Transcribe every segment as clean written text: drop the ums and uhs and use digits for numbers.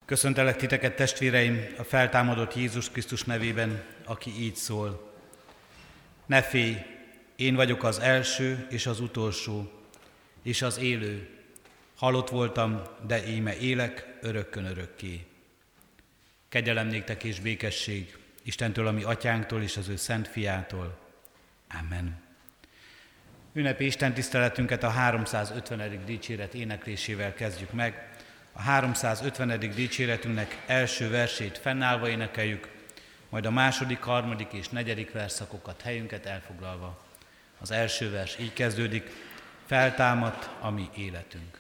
Köszöntelek titeket, testvéreim, a feltámadott Jézus Krisztus nevében, aki így szól. Ne félj, én vagyok az első és az utolsó, és az élő. Halott voltam, de íme élek örökkön örökké. Kegyelem néktek és békesség Istentől, a mi atyánktól és az ő szent fiától. Amen. Ünnepi Isten tiszteletünket a 350. dicséret éneklésével kezdjük meg. A 350. dicséretünknek első versét fennállva énekeljük, majd a második, harmadik és negyedik verszakokat helyünket elfoglalva. Az első vers így kezdődik: feltámadt a mi életünk.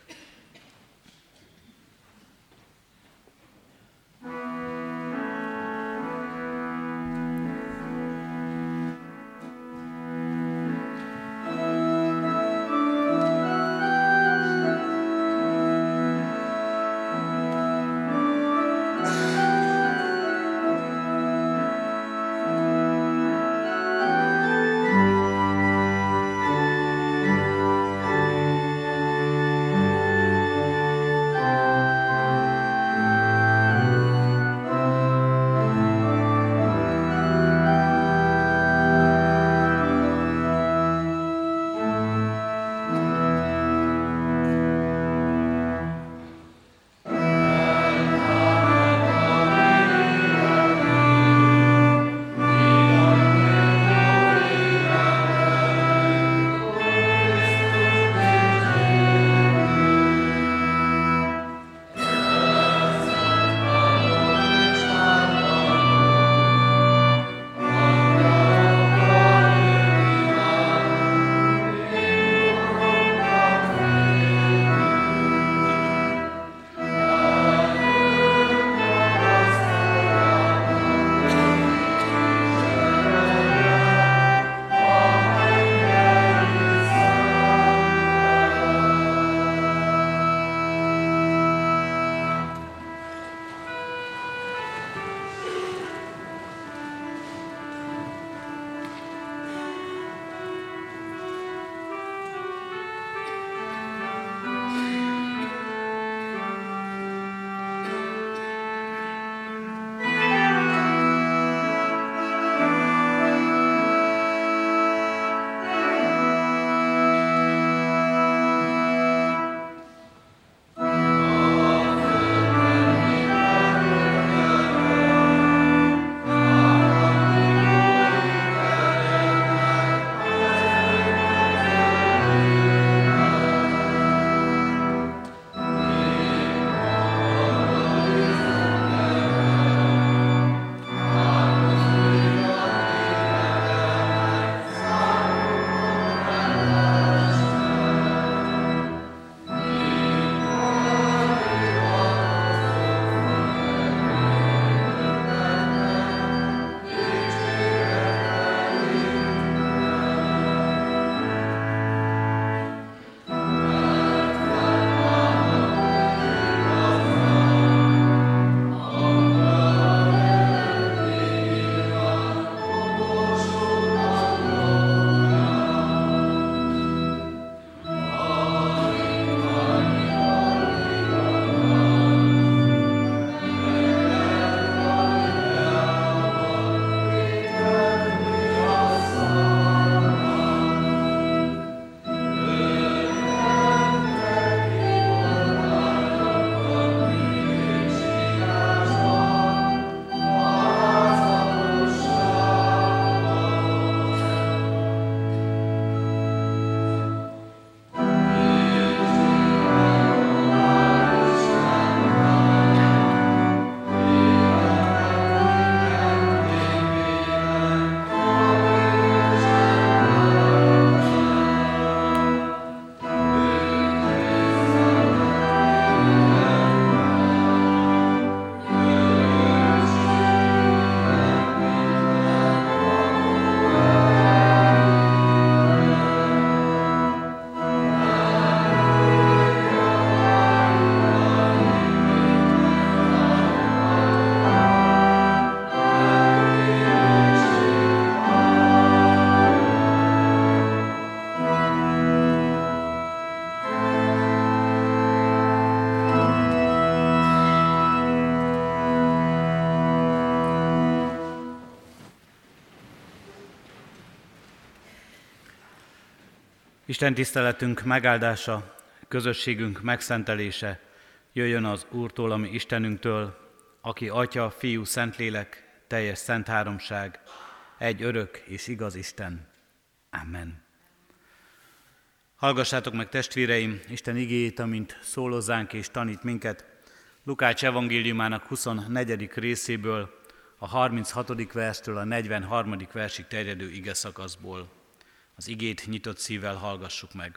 Isten tiszteletünk megáldása, közösségünk megszentelése jöjjön az Úrtól, ami Istenünktől, aki Atya, Fiú, Szentlélek, teljes szent háromság, egy örök és igaz Isten. Amen. Hallgassátok meg, testvéreim, Isten igéjét, amint szól hozzánk és tanít minket, Lukács evangéliumának 24. részéből, a 36. verstől a 43. versig terjedő ige szakaszból. Az igét nyitott szívvel hallgassuk meg.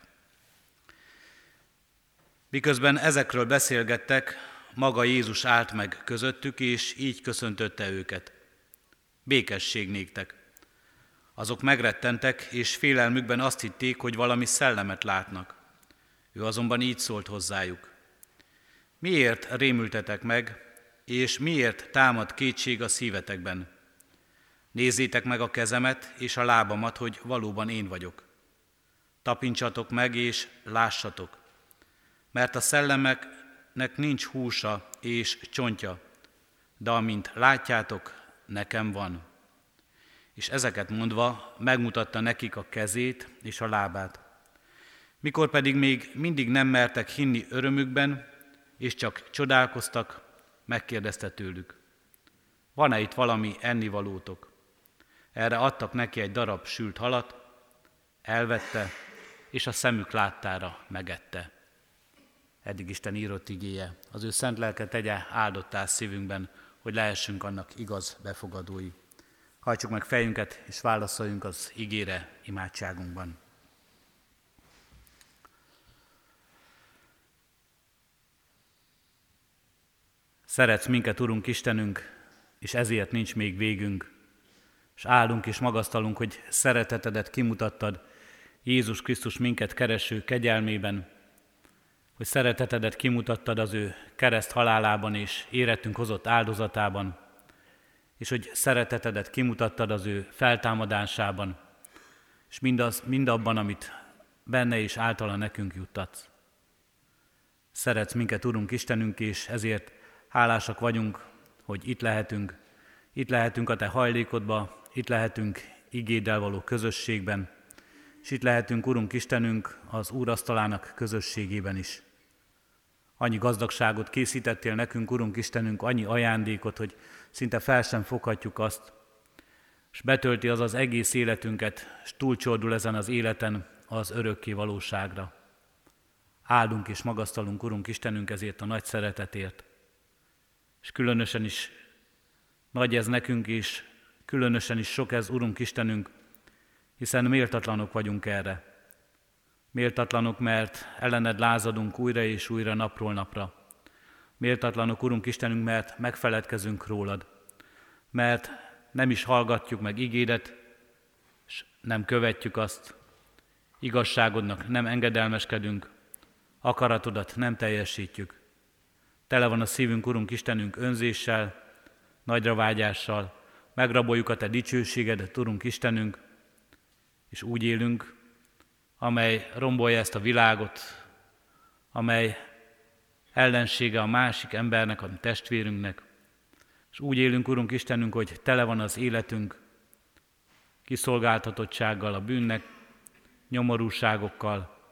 Miközben ezekről beszélgettek, maga Jézus állt meg közöttük, és így köszöntötte őket. Békesség néktek. Azok megrettentek, és félelmükben azt hitték, hogy valami szellemet látnak. Ő azonban így szólt hozzájuk. Miért rémültetek meg, és miért támad kétség a szívetekben? Nézzétek meg a kezemet és a lábamat, hogy valóban én vagyok. Tapincsatok meg és lássatok, mert a szellemeknek nincs húsa és csontja, de amint látjátok, nekem van. És ezeket mondva megmutatta nekik a kezét és a lábát. Mikor pedig még mindig nem mertek hinni örömükben, és csak csodálkoztak, megkérdezte tőlük. Van-e itt valami ennivalótok? Erre adtak neki egy darab sült halat, elvette, és a szemük láttára megette. Eddig Isten írott igéje. Az ő szent lelke tegye áldottá szívünkben, hogy lehessünk annak igaz befogadói. Hajtsuk meg fejünket, és válaszoljunk az igére imádságunkban. Szeretsz minket, Urunk Istenünk, és ezért nincs még végünk, és áldunk és magasztalunk, hogy szeretetedet kimutattad Jézus Krisztus minket kereső kegyelmében, hogy szeretetedet kimutattad az ő kereszt halálában és érettünk hozott áldozatában, és hogy szeretetedet kimutattad az ő feltámadásában, és mindabban, amit benne és általa nekünk juttatsz. Szeretsz minket, Urunk Istenünk, és ezért hálásak vagyunk, hogy itt lehetünk a Te hajlékodba, itt lehetünk igéddel való közösségben, és itt lehetünk, Urunk Istenünk, az Úrasztalának közösségében is. Annyi gazdagságot készítettél nekünk, Urunk Istenünk, annyi ajándékot, hogy szinte fel sem foghatjuk azt, és betölti az egész életünket, és túlcsordul ezen az életen az örökké valóságra. Áldunk és magasztalunk, Urunk Istenünk, ezért a nagy szeretetért. És különösen is nagy ez nekünk is, különösen is sok ez, Urunk Istenünk, hiszen méltatlanok vagyunk erre. Méltatlanok, mert ellened lázadunk újra és újra, napról napra. Méltatlanok, Urunk Istenünk, mert megfeledkezünk rólad, mert nem is hallgatjuk meg igédet, és nem követjük azt, igazságodnak nem engedelmeskedünk, akaratodat nem teljesítjük. Tele van a szívünk, Urunk Istenünk, önzéssel, nagyra vágyással, megraboljuk a Te dicsőségedet, Urunk Istenünk, és úgy élünk, amely rombolja ezt a világot, amely ellensége a másik embernek, a testvérünknek, és úgy élünk, Urunk Istenünk, hogy tele van az életünk kiszolgáltatottsággal, a bűnnek, nyomorúságokkal,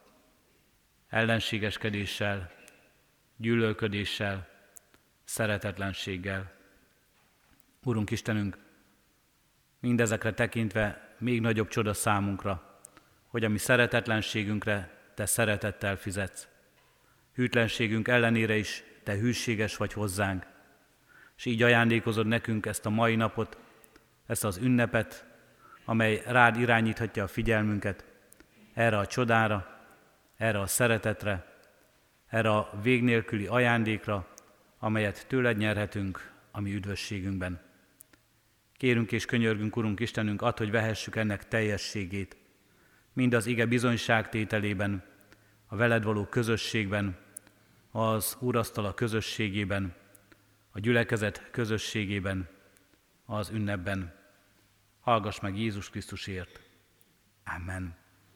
ellenségeskedéssel, gyűlölködéssel, szeretetlenséggel. Urunk Istenünk, mindezekre tekintve még nagyobb csoda számunkra, hogy a mi szeretetlenségünkre Te szeretettel fizetsz. Hűtlenségünk ellenére is Te hűséges vagy hozzánk, és így ajándékozod nekünk ezt a mai napot, ezt az ünnepet, amely rád irányíthatja a figyelmünket erre a csodára, erre a szeretetre, erre a vég nélküli ajándékra, amelyet tőled nyerhetünk a mi üdvösségünkben. Kérünk és könyörgünk, Urunk Istenünk, add, hogy vehessük ennek teljességét, mind az ige bizonyságtételében, a veled való közösségben, az Úrasztala közösségében, a gyülekezet közösségében, az ünnepben. Hallgass meg Jézus Krisztusért. Amen.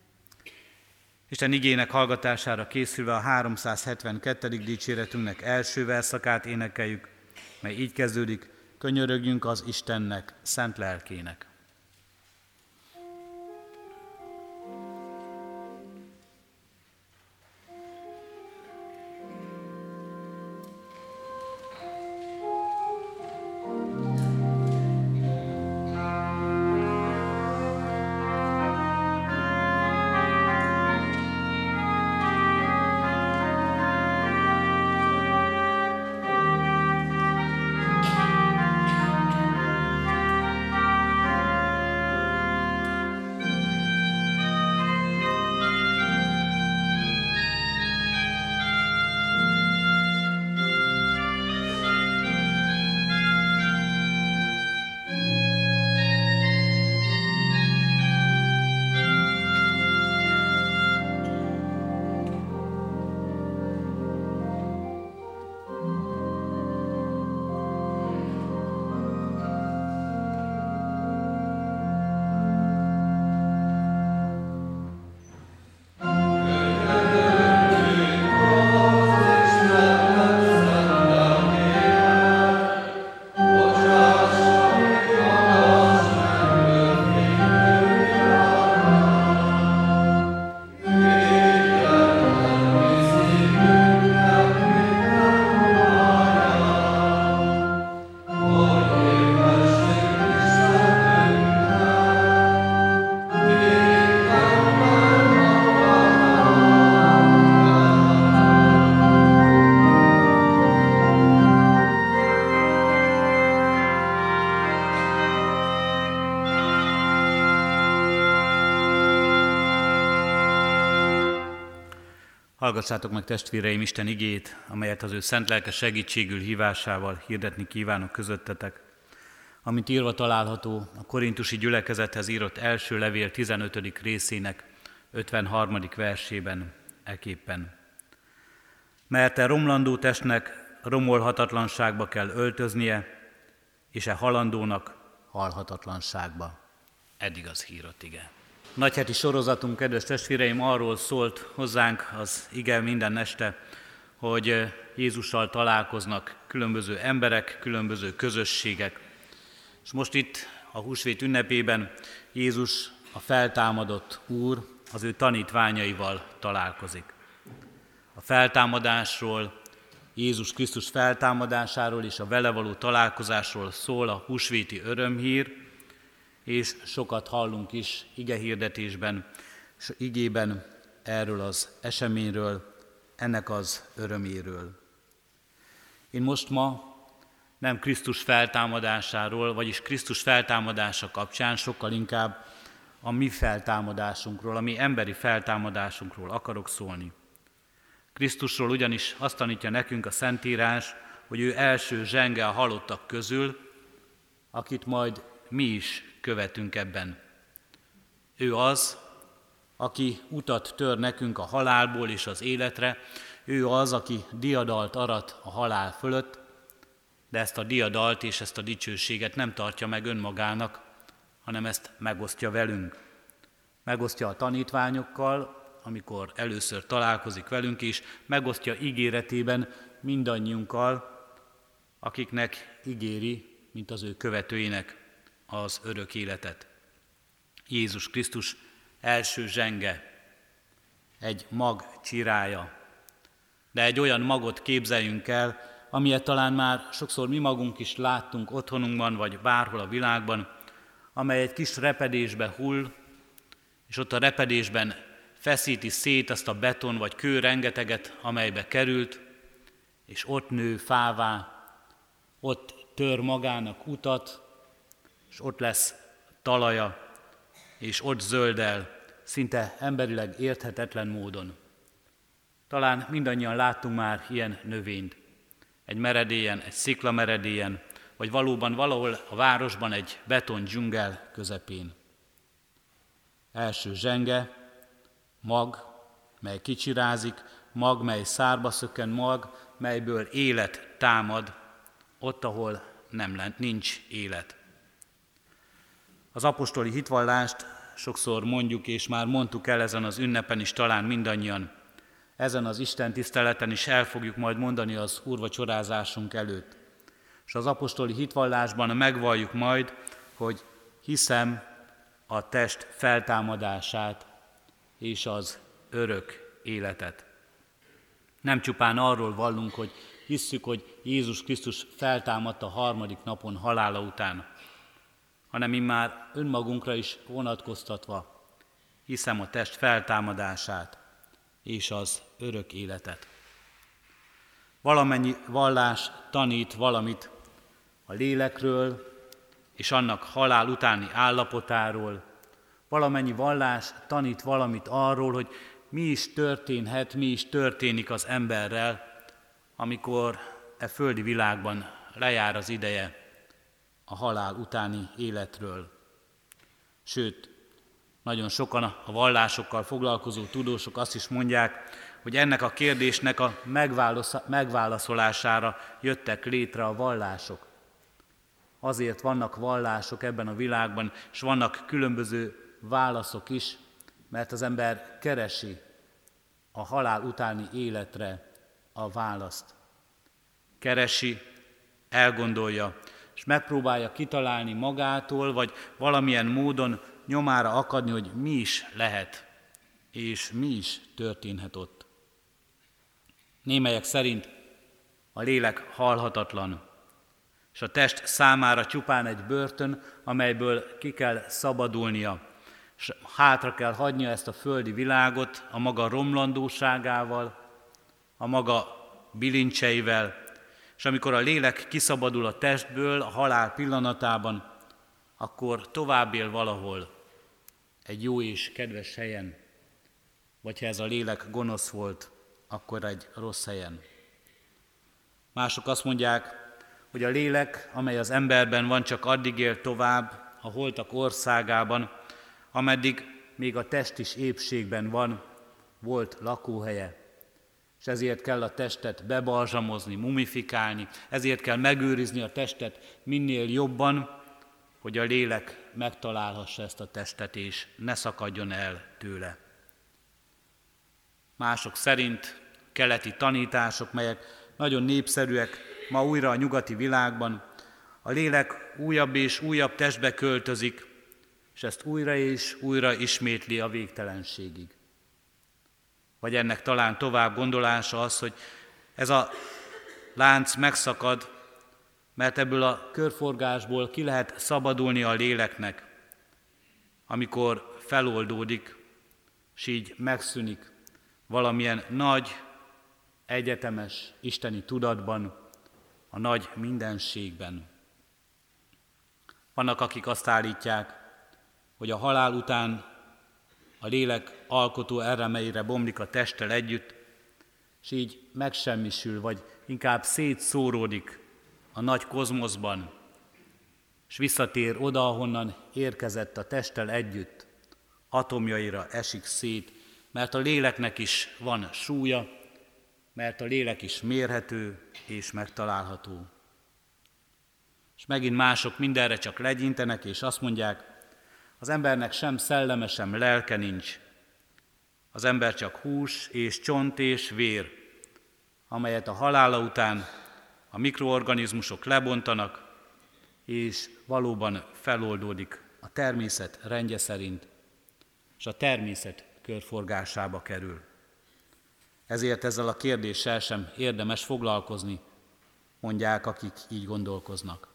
Isten igének hallgatására készülve a 372. dicséretünknek első verszakát énekeljük, mely így kezdődik: könyörögjünk az Istennek, szent lelkének. Hallgassátok meg, testvéreim, Isten igét, amelyet az ő szent lelke segítségül hívásával hirdetni kívánok közöttetek. Amint írva található a korintusi gyülekezethez írott első levél 15. részének 53. versében eképpen. Mert e romlandó testnek romolhatatlanságba kell öltöznie, és e halandónak halhatatlanságba. Eddig az írott ige. Nagyheti sorozatunk, kedves testvéreim, arról szólt hozzánk az ige minden este, hogy Jézussal találkoznak különböző emberek, különböző közösségek. És most itt a húsvét ünnepében Jézus, a feltámadott Úr, az ő tanítványaival találkozik. A feltámadásról, Jézus Krisztus feltámadásáról és a vele való találkozásról szól a húsvéti örömhír, és sokat hallunk is igehirdetésben, és igében erről az eseményről, ennek az öröméről. Én most ma nem Krisztus feltámadásáról, vagyis Krisztus feltámadása kapcsán sokkal inkább a mi feltámadásunkról, a mi emberi feltámadásunkról akarok szólni. Krisztusról ugyanis azt tanítja nekünk a Szentírás, hogy ő első zsenge a halottak közül, akit majd mi is követünk ebben. Ő az, aki utat tör nekünk a halálból és az életre, ő az, aki diadalt arat a halál fölött, de ezt a diadalt és ezt a dicsőséget nem tartja meg önmagának, hanem ezt megosztja velünk. Megosztja a tanítványokkal, amikor először találkozik velünk, és megosztja ígéretében mindannyiunkkal, akiknek ígéri, mint az ő követőinek, az örök életet. Jézus Krisztus első zsenge, egy mag csirája, de egy olyan magot képzeljünk el, amilyet talán már sokszor mi magunk is láttunk otthonunkban, vagy bárhol a világban, amely egy kis repedésbe hull, és ott a repedésben feszíti szét azt a beton vagy kő rengeteget, amelybe került, és ott nő fává, ott tör magának utat, és ott lesz talaja, és ott zöldel, szinte emberileg érthetetlen módon. Talán mindannyian láttunk már ilyen növényt. Egy meredélyen, egy sziklameredélyen, vagy valóban valahol a városban egy beton dzsungel közepén. Első zsenge, mag, mely kicsirázik, mag, mely szárba szökken, mag, melyből élet támad, ott, ahol nincs élet. Az apostoli hitvallást sokszor mondjuk, és már mondtuk el ezen az ünnepen is talán mindannyian. Ezen az Isten tiszteleten is el fogjuk majd mondani az úrvacsorázásunk előtt. És az apostoli hitvallásban megvalljuk majd, hogy hiszem a test feltámadását és az örök életet. Nem csupán arról vallunk, hogy hisszük, hogy Jézus Krisztus feltámadt a harmadik napon halála után, hanem immár önmagunkra is vonatkoztatva hiszem a test feltámadását és az örök életet. Valamennyi vallás tanít valamit a lélekről és annak halál utáni állapotáról. Valamennyi vallás tanít valamit arról, hogy mi is történhet, mi is történik az emberrel, amikor e földi világban lejár az ideje a halál utáni életről. Sőt, nagyon sokan a vallásokkal foglalkozó tudósok azt is mondják, hogy ennek a kérdésnek a megválaszolására jöttek létre a vallások. Azért vannak vallások ebben a világban, és vannak különböző válaszok is, mert az ember keresi a halál utáni életre a választ. Keresi, elgondolja, és megpróbálja kitalálni magától, vagy valamilyen módon nyomára akadni, hogy mi is lehet, és mi is történhet ott. Némelyek szerint a lélek halhatatlan, és a test számára csupán egy börtön, amelyből ki kell szabadulnia, és hátra kell hagynia ezt a földi világot a maga romlandóságával, a maga bilincseivel, és amikor a lélek kiszabadul a testből a halál pillanatában, akkor tovább él valahol, egy jó és kedves helyen, vagy ha ez a lélek gonosz volt, akkor egy rossz helyen. Mások azt mondják, hogy a lélek, amely az emberben van, csak addig él tovább a holtak országában, ameddig még a test is épségben van, volt lakóhelye. És ezért kell a testet bebalzsamozni, mumifikálni, ezért kell megőrizni a testet minél jobban, hogy a lélek megtalálhassa ezt a testet, és ne szakadjon el tőle. Mások szerint keleti tanítások, melyek nagyon népszerűek ma újra a nyugati világban, a lélek újabb és újabb testbe költözik, és ezt újra és újra ismétli a végtelenségig. Vagy ennek talán tovább gondolása az, hogy ez a lánc megszakad, mert ebből a körforgásból ki lehet szabadulni a léleknek, amikor feloldódik, és így megszűnik valamilyen nagy, egyetemes isteni tudatban, a nagy mindenségben. Vannak, akik azt állítják, hogy a halál után a lélek alkotó eremeire bomlik a testtel együtt, és így megsemmisül, vagy inkább szétszóródik a nagy kozmoszban, és visszatér oda, ahonnan érkezett a testtel együtt, atomjaira esik szét, mert a léleknek is van súlya, mert a lélek is mérhető és megtalálható. És megint mások mindenre csak legyintenek, és azt mondják, az embernek sem szelleme, sem lelke nincs. Az ember csak hús és csont és vér, amelyet a halála után a mikroorganizmusok lebontanak, és valóban feloldódik a természet rendje szerint, és a természet körforgásába kerül. Ezért ezzel a kérdéssel sem érdemes foglalkozni, mondják, akik így gondolkoznak.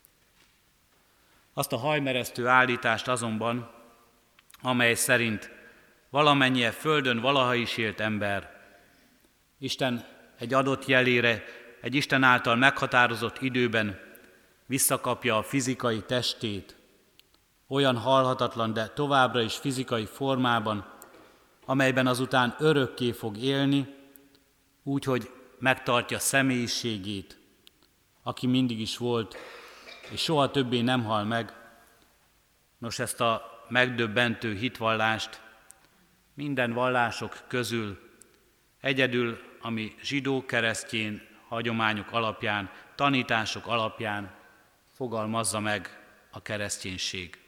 Azt a hajmeresztő állítást azonban, amely szerint valamennyie földön valaha is élt ember, Isten egy adott jelére, egy Isten által meghatározott időben visszakapja a fizikai testét, olyan halhatatlan, de továbbra is fizikai formában, amelyben azután örökké fog élni, úgy, hogy megtartja személyiségét, aki mindig is volt, és soha többé nem hal meg. Nos, ezt a megdöbbentő hitvallást minden vallások közül egyedül, ami zsidó-keresztény hagyományok alapján, tanítások alapján fogalmazza meg a kereszténység.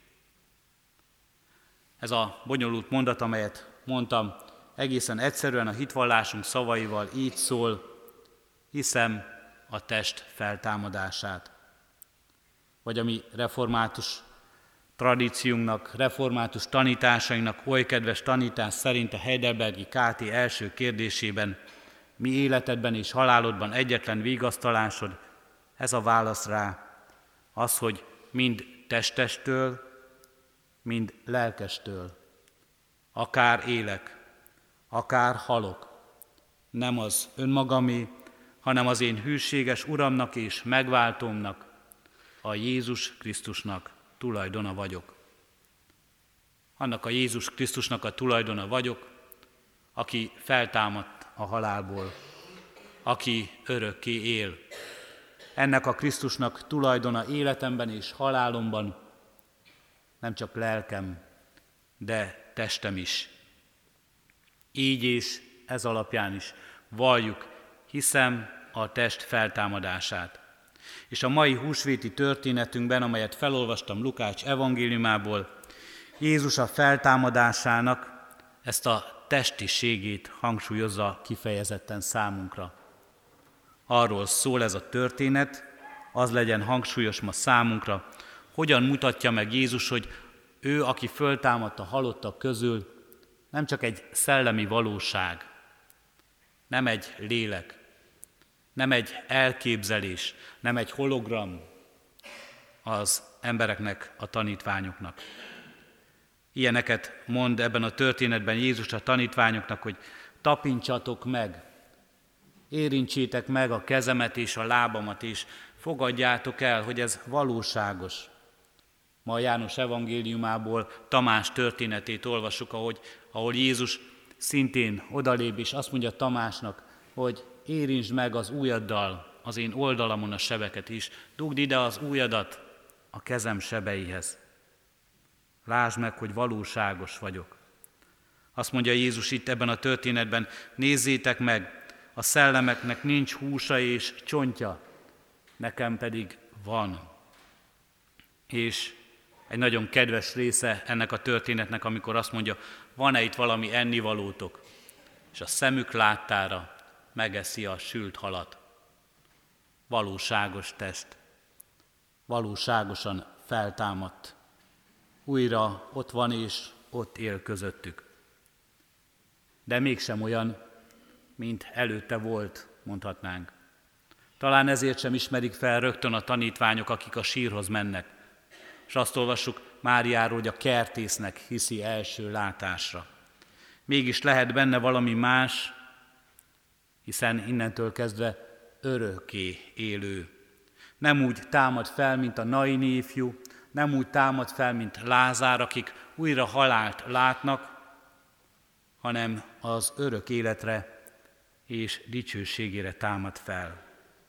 Ez a bonyolult mondat, amelyet mondtam, egészen egyszerűen a hitvallásunk szavaival így szól: hiszem a test feltámadását. Vagy a mi református tradíciunknak, református tanításainknak oly kedves tanítás szerint a Heidelbergi KT első kérdésében: mi életedben és halálodban egyetlen vigasztalásod? Ez a válasz rá, az, hogy mind testestől, mind lelkestől, akár élek, akár halok, nem az önmagamé, hanem az én hűséges Uramnak és megváltómnak, a Jézus Krisztusnak tulajdona vagyok. Annak a Jézus Krisztusnak a tulajdona vagyok, aki feltámadt a halálból, aki örökké él. Ennek a Krisztusnak tulajdona életemben és halálomban nem csak lelkem, de testem is. Így és ez alapján is valljuk, hiszem a test feltámadását. És a mai húsvéti történetünkben, amelyet felolvastam Lukács evangéliumából, Jézus a feltámadásának ezt a testiségét hangsúlyozza kifejezetten számunkra. Arról szól ez a történet, az legyen hangsúlyos ma számunkra, hogyan mutatja meg Jézus, hogy ő, aki föltámadt a halottak közül, nem csak egy szellemi valóság, nem egy lélek, nem egy elképzelés, nem egy hologram az embereknek, a tanítványoknak. Ilyeneket mond ebben a történetben Jézus a tanítványoknak, hogy tapintsatok meg, érintsétek meg a kezemet és a lábamat, és fogadjátok el, hogy ez valóságos. Ma a János evangéliumából Tamás történetét olvassuk, ahol Jézus szintén odalép, és azt mondja Tamásnak, hogy érintsd meg az ujjaddal az én oldalamon a sebeket is, dugd ide az ujjadat a kezem sebeihez. Lásd meg, hogy valóságos vagyok. Azt mondja Jézus itt ebben a történetben, nézzétek meg, a szellemeknek nincs húsa és csontja, nekem pedig van. És egy nagyon kedves része ennek a történetnek, amikor azt mondja, van-e itt valami ennivalótok, és a szemük láttára megeszi a sült halat. Valóságos test, valóságosan feltámadt. Újra ott van és ott él közöttük. De mégsem olyan, mint előtte volt, mondhatnánk. Talán ezért sem ismerik fel rögtön a tanítványok, akik a sírhoz mennek. És azt olvassuk Máriáról, hogy a kertésznek hiszi első látásra. Mégis lehet benne valami más, hiszen innentől kezdve örökké élő. Nem úgy támad fel, mint a Naini ifjú, nem úgy támad fel, mint Lázár, akik újra halált látnak, hanem az örök életre és dicsőségére támad fel.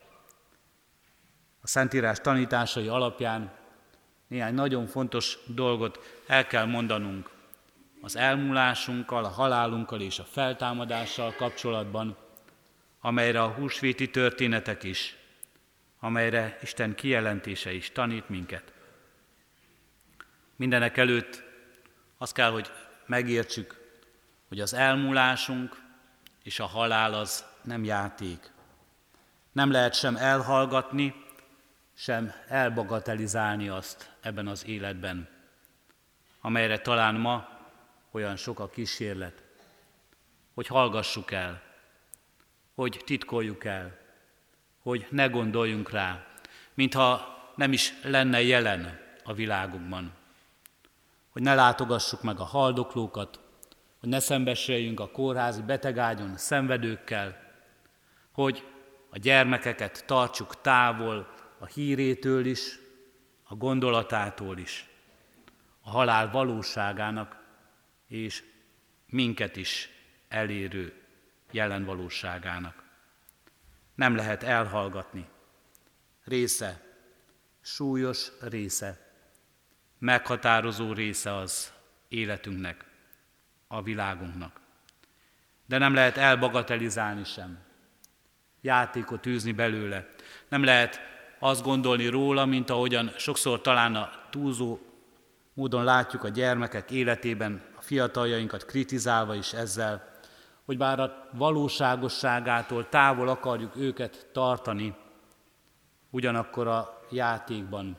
A Szentírás tanításai alapján néhány nagyon fontos dolgot el kell mondanunk az elmúlásunkkal, a halálunkkal és a feltámadással kapcsolatban, amelyre a húsvéti történetek is, amelyre Isten kijelentése is tanít minket. Mindenek előtt azt kell, hogy megértsük, hogy az elmúlásunk és a halál az nem játék. Nem lehet sem elhallgatni, sem elbagatelizálni azt ebben az életben, amelyre talán ma olyan sok a kísérlet, hogy hallgassuk el, hogy titkoljuk el, hogy ne gondoljunk rá, mintha nem is lenne jelen a világunkban. Hogy ne látogassuk meg a haldoklókat, hogy ne szembesüljünk a kórházi betegágyon szenvedőkkel, hogy a gyermekeket tartsuk távol a hírétől is, a gondolatától is, a halál valóságának és minket is elérő jelen valóságának. Nem lehet elhallgatni. Része, súlyos része, meghatározó része az életünknek, a világunknak. De nem lehet elbagatelizálni sem, játékot űzni belőle. Nem lehet azt gondolni róla, mint ahogyan sokszor talán a túlzó módon látjuk a gyermekek életében, a fiataljainkat kritizálva is ezzel, hogy bár a valóságosságától távol akarjuk őket tartani, ugyanakkor a játékban,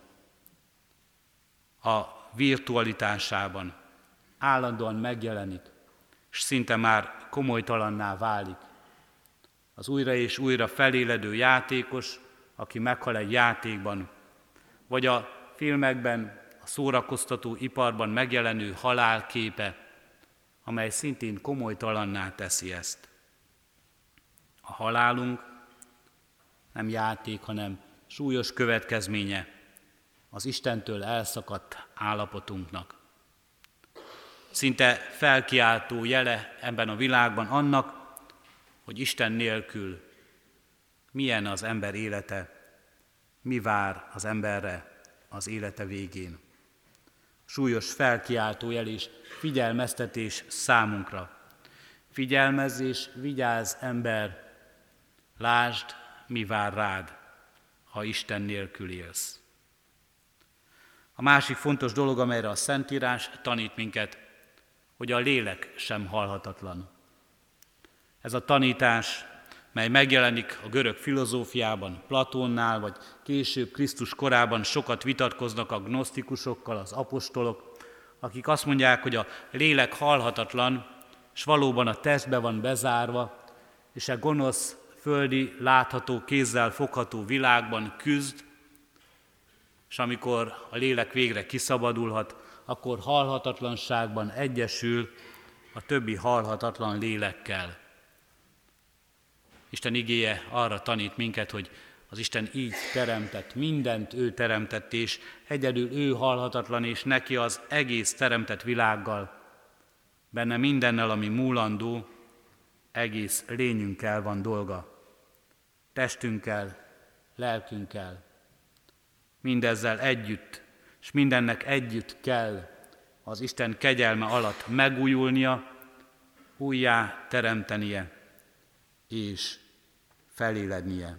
a virtualitásában állandóan megjelenik, és szinte már komolytalanná válik. Az újra és újra feléledő játékos, aki meghal egy játékban, vagy a filmekben, a szórakoztató iparban megjelenő halálképe, amely szintén komolytalanná teszi ezt. A halálunk nem játék, hanem súlyos következménye az Istentől elszakadt állapotunknak. Szinte felkiáltó jele ebben a világban annak, hogy Isten nélkül milyen az ember élete, mi vár az emberre az élete végén. Súlyos felkiáltójel és figyelmeztetés számunkra. Figyelmezz és vigyázz, ember, lásd, mi vár rád, ha Isten nélkül élsz. A másik fontos dolog, amelyre a Szentírás tanít minket, hogy a lélek sem halhatatlan. Ez a tanítás, mely megjelenik a görög filozófiában, Platónnál, vagy később Krisztus korában sokat vitatkoznak a gnosztikusokkal, az apostolok, akik azt mondják, hogy a lélek halhatatlan, és valóban a testbe van bezárva, és a gonosz, földi, látható, kézzel fogható világban küzd, és amikor a lélek végre kiszabadulhat, akkor halhatatlanságban egyesül a többi halhatatlan lélekkel. Isten igéje arra tanít minket, hogy az Isten így teremtett, mindent ő teremtett, és egyedül ő halhatatlan, és neki az egész teremtett világgal benne mindennel, ami múlandó, egész lényünkkel van dolga. Testünkkel, lelkünkkel. Mindezzel együtt, és mindennek együtt kell az Isten kegyelme alatt megújulnia, újjá teremtenie és felélednie.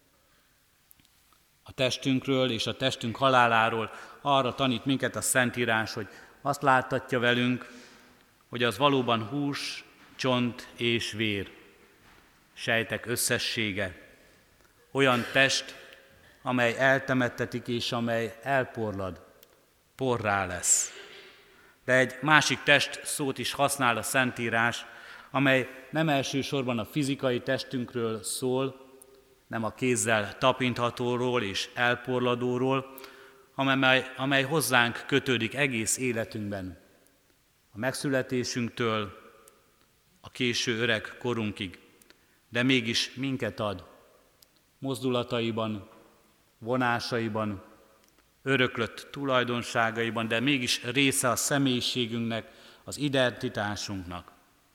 A testünkről és a testünk haláláról arra tanít minket a Szentírás, hogy azt láttatja velünk, hogy az valóban hús, csont és vér, sejtek összessége, olyan test, amely eltemettetik és amely elporlad, porrá lesz. De egy másik test szót is használ a Szentírás, amely nem elsősorban a fizikai testünkről szól, nem a kézzel tapinthatóról és elporladóról, amely hozzánk kötődik egész életünkben. A megszületésünktől a késő öreg korunkig, de mégis minket ad mozdulataiban, vonásaiban, öröklött tulajdonságaiban, de mégis része a személyiségünknek, az identitásunknak.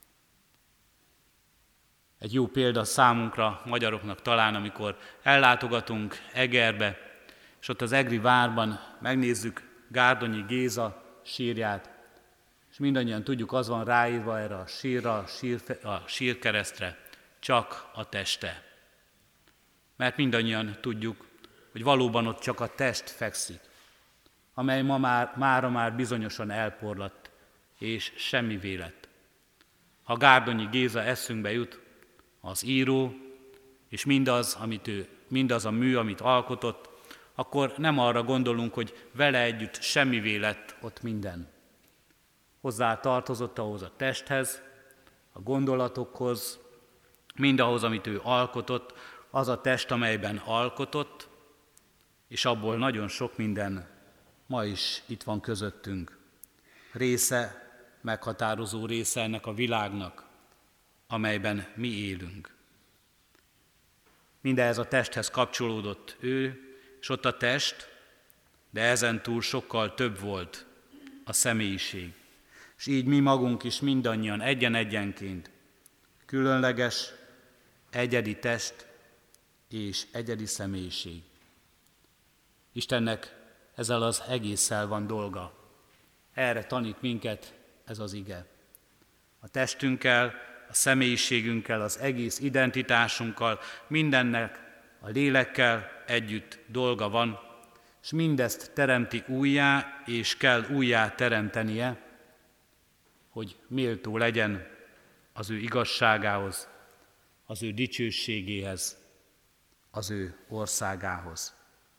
Egy jó példa számunkra, magyaroknak talán, amikor ellátogatunk Egerbe, és ott az egri várban megnézzük Gárdonyi Géza sírját, és mindannyian tudjuk, az van ráírva erre a sírra, a sírkeresztre, csak a teste. Mert mindannyian tudjuk, hogy valóban ott csak a test fekszik, amely mára már bizonyosan elporlatt, és semmivé lett. Ha Gárdonyi Géza eszünkbe jut, az író, és mindaz a mű, amit alkotott, akkor nem arra gondolunk, hogy vele együtt semmivé lett ott minden. Hozzá tartozott ahhoz a testhez, a gondolatokhoz, mindahhoz, amit ő alkotott, az a test, amelyben alkotott, és abból nagyon sok minden ma is itt van közöttünk. Része, meghatározó része ennek a világnak, amelyben mi élünk. Mindehhez a testhez kapcsolódott ő, és ott a test, de ezen túl sokkal több volt a személyiség. És így mi magunk is mindannyian egyen-egyenként különleges, egyedi test és egyedi személyiség. Istennek ezzel az egésszel van dolga. Erre tanít minket ez az ige. A testünkkel, a személyiségünkkel, az egész identitásunkkal, mindennek a lélekkel együtt dolga van, és mindezt teremti újjá, és kell újjá teremtenie, hogy méltó legyen az ő igazságához, az ő dicsőségéhez, az ő országához.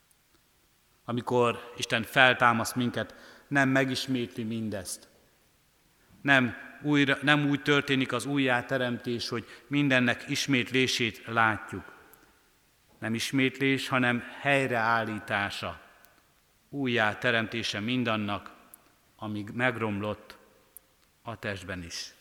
Amikor Isten feltámaszt minket, nem megismétli mindezt. Nem úgy történik az újjáteremtés, hogy mindennek ismétlését látjuk. Nem ismétlés, hanem helyreállítása, újjáteremtése mindannak, amíg megromlott a testben is.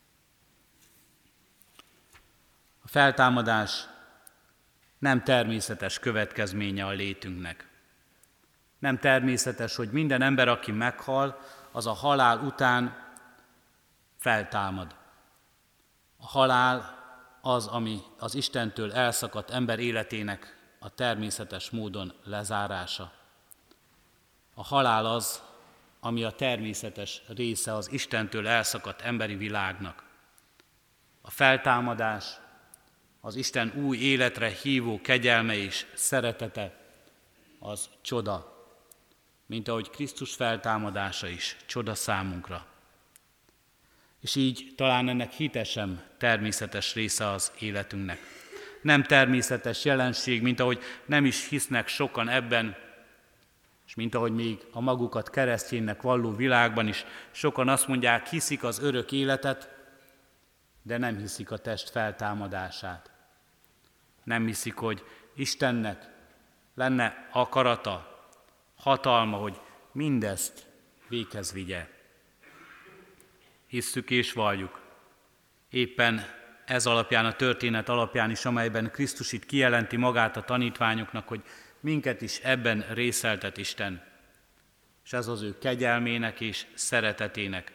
A feltámadás nem természetes következménye a létünknek. Nem természetes, hogy minden ember, aki meghal, az a halál után feltámad. A halál az, ami az Istentől elszakadt ember életének a természetes módon lezárása. A halál az, ami a természetes része az Istentől elszakadt emberi világnak. A feltámadás az Isten új életre hívó kegyelme és szeretete, az csoda, mint ahogy Krisztus feltámadása is csoda számunkra. És így talán ennek hite sem természetes része az életünknek. Nem természetes jelenség, mint ahogy nem is hisznek sokan ebben, és mint ahogy még a magukat kereszténynek valló világban is sokan azt mondják, hiszik az örök életet, de nem hiszik a test feltámadását. Nem hiszik, hogy Istennek lenne akarata, hatalma, hogy mindezt véghez vigye. Hisszük és valljuk. Éppen ez alapján, a történet alapján is, amelyben Krisztus itt kijelenti magát a tanítványoknak, hogy minket is ebben részeltet Isten. És ez az ő kegyelmének és szeretetének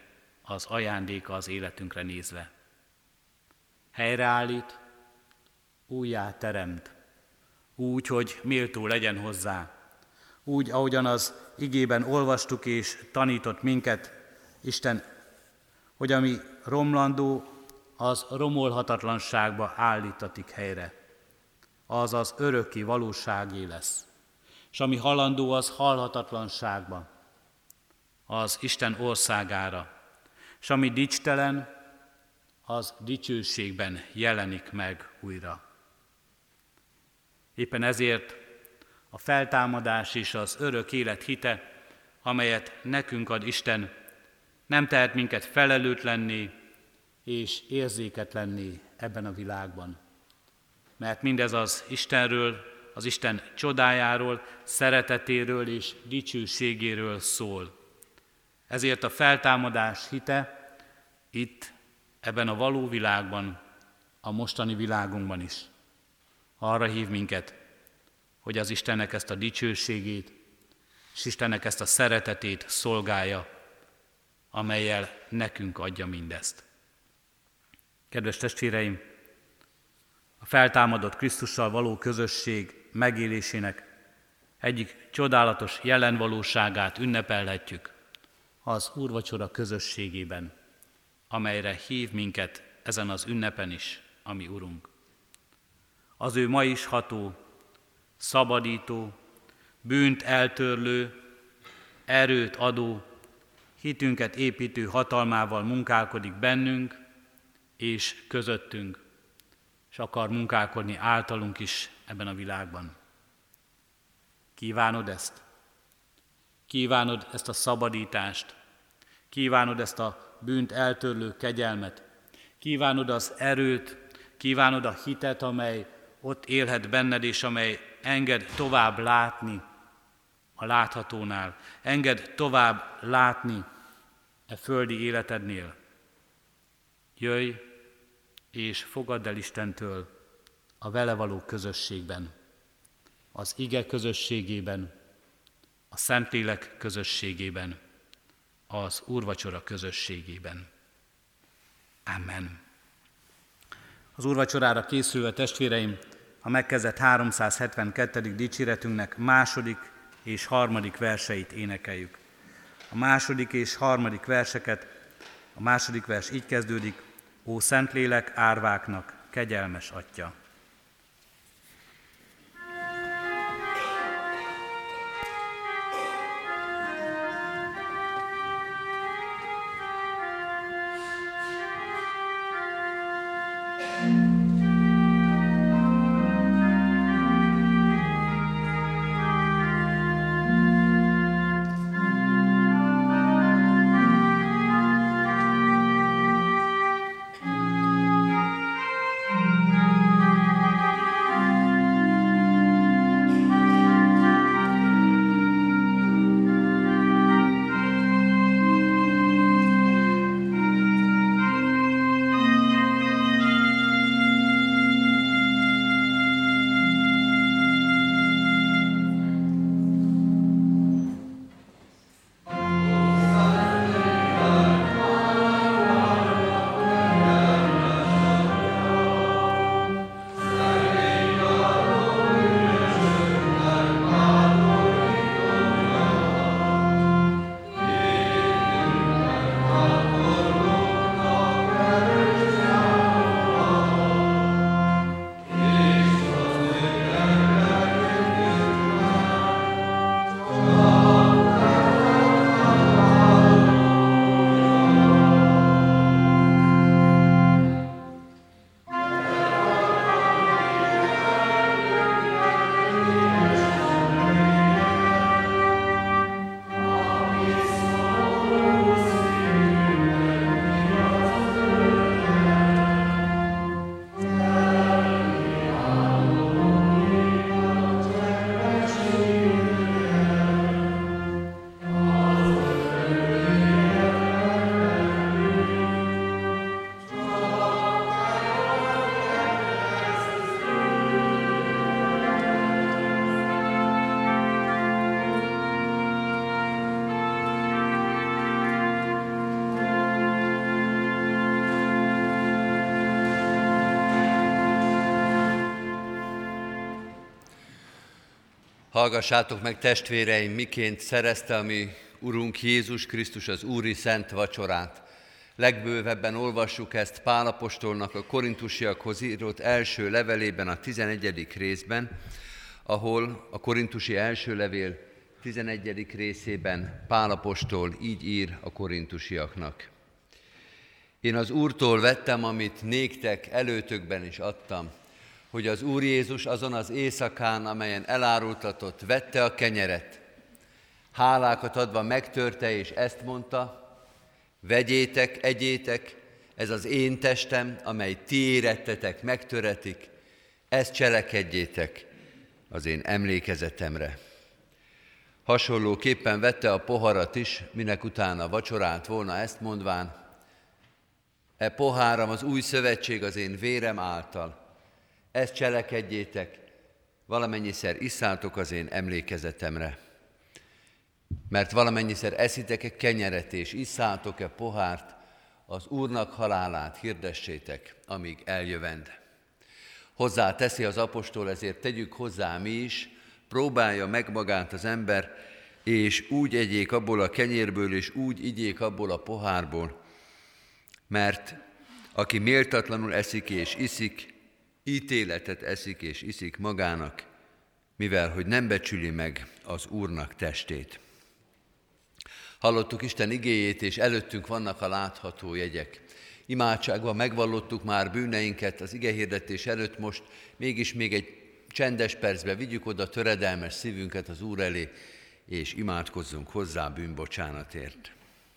az ajándéka az életünkre nézve. Helyreállít, újjá teremt, úgy, hogy méltó legyen hozzá, úgy, ahogyan az igében olvastuk és tanított minket Isten, hogy ami romlandó, az romolhatatlanságba állítatik helyre. Az az örökké valóságé lesz. És ami halandó, az halhatatlanságba, az Isten országára. És ami dicstelen, az dicsőségben jelenik meg újra. Éppen ezért a feltámadás és az örök élet hite, amelyet nekünk ad Isten, nem tehet minket felelőtlenné és érzéketlenné ebben a világban. Mert mindez az Istenről, az Isten csodájáról, szeretetéről és dicsőségéről szól. Ezért a feltámadás hite itt, ebben a való világban, a mostani világunkban is arra hív minket, hogy az Istennek ezt a dicsőségét, és Istennek ezt a szeretetét szolgálja, amellyel nekünk adja mindezt. Kedves testvéreim, a feltámadott Krisztussal való közösség megélésének egyik csodálatos jelenvalóságát ünnepelhetjük az úrvacsora közösségében, amelyre hív minket ezen az ünnepen is, a mi Urunk. Az ő ma is ható, szabadító, bűnt eltörlő, erőt adó, hitünket építő hatalmával munkálkodik bennünk és közöttünk, és akar munkálkodni általunk is ebben a világban. Kívánod ezt? Kívánod ezt a szabadítást? Kívánod ezt a bűnt eltörlő kegyelmet? Kívánod az erőt? Kívánod a hitet, amely ott élhet benned, és amely enged tovább látni a láthatónál, enged tovább látni e földi életednél? Jöjj és fogadd el Istentől a vele való közösségben, az ige közösségében, a Szentlélek közösségében, az úrvacsora közösségében. Amen. Az úrvacsorára készülve, testvéreim, a megkezdett 372. dicséretünknek második és harmadik verseit énekeljük. A második és harmadik verseket, a második vers így kezdődik: Ó Szentlélek árváknak kegyelmes Atyja! Hallgassátok meg, testvéreim, miként szerezte a mi Urunk Jézus Krisztus az Úri Szent Vacsorát. Legbővebben olvassuk ezt Pál apostolnak a korintusiakhoz írott első levelében, a 11. részben, ahol a korintusi első levél 11. részében Pál apostol így ír a korintusiaknak. Én az Úrtól vettem, amit néktek előtökben is adtam, hogy az Úr Jézus azon az éjszakán, amelyen elárultatott, vette a kenyeret, hálákat adva megtörte, és ezt mondta: vegyétek, egyétek, ez az én testem, amely ti érettetek, megtöretik, ezt cselekedjétek az én emlékezetemre. Hasonlóképpen vette a poharat is, minek utána vacsorált volna, ezt mondván: e poháram az új szövetség az én vérem által. Ezt cselekedjétek, valamennyiszer isszátok az én emlékezetemre. Mert valamennyiszer eszitek-e kenyeret és isszátok-e pohárt, az Úrnak halálát hirdessétek, amíg eljövend. Hozzá teszi az apostol, ezért tegyük hozzá mi is, próbálja meg magát az ember, és úgy egyék abból a kenyérből, és úgy igyék abból a pohárból, mert aki méltatlanul eszik és iszik, ítéletet eszik és iszik magának, mivel hogy nem becsüli meg az Úrnak testét. Hallottuk Isten igéjét, és előttünk vannak a látható jegyek. Imádságban megvallottuk már bűneinket az igehirdetés előtt, most mégis még egy csendes percbe vigyük oda töredelmes szívünket az Úr elé, és imádkozzunk hozzá bűnbocsánatért.